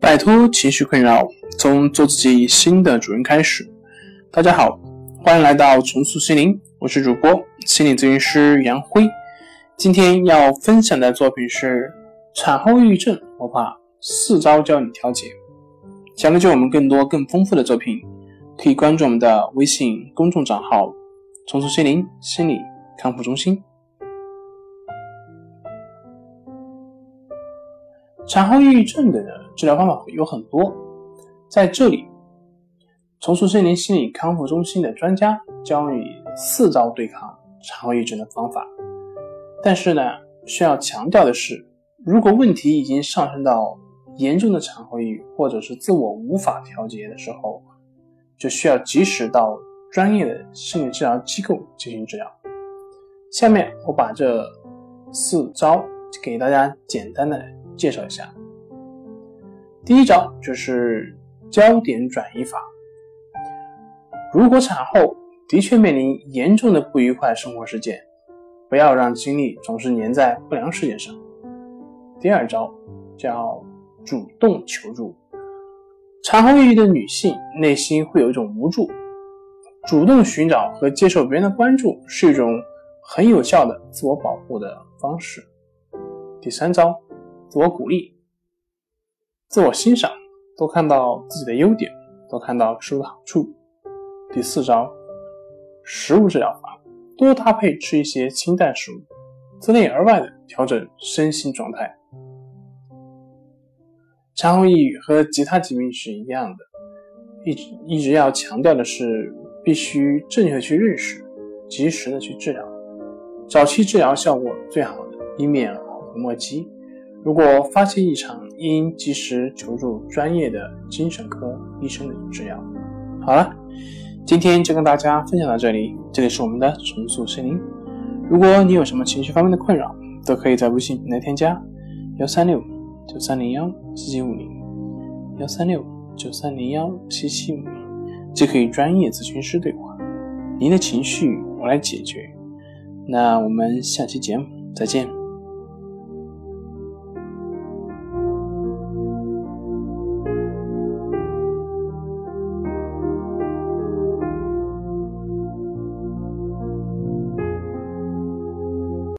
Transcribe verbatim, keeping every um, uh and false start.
摆脱情绪困扰，从做自己新的主人开始。大家好，欢迎来到重塑心灵，我是主播心理咨询师杨辉。今天要分享的作品是产后抑郁症，我把四招教你调节。想了解我们更多更丰富的作品，可以关注我们的微信公众账号重塑心灵心理康复中心。产后抑郁症的治疗方法有很多，在这里重塑心灵心理康复中心的专家教你四招对抗产后抑郁症的方法。但是呢，需要强调的是，如果问题已经上升到严重的产后抑郁或者是自我无法调节的时候，就需要及时到专业的心理治疗机构进行治疗。下面我把这四招给大家简单的介绍一下。第一招就是焦点转移法。如果产后的确面临严重的不愉快生活事件，不要让精力总是粘在不良事件上。第二招叫主动求助。产后抑郁的女性内心会有一种无助，主动寻找和接受别人的关注是一种很有效的自我保护的方式。第三招，自我鼓励，自我欣赏，多看到自己的优点，多看到食物的好处。第四招，食物治疗法，多搭配吃一些清淡食物，自内而外的调整身心状态。产后抑郁和其他疾病是一样的，一直一直要强调的是，必须正确去认识，及时的去治疗，早期治疗效果最好的，以免后悔莫及。如果发现异常，应及时求助专业的精神科医生的治疗。好了，今天就跟大家分享到这里，这里是我们的重塑心灵。如果你有什么情绪方面的困扰，都可以在微信平台添加一三六九三零一七七五零 一三六九三零一七七五零，即可与专业咨询师对话，您的情绪我来解决。那我们下期节目再见。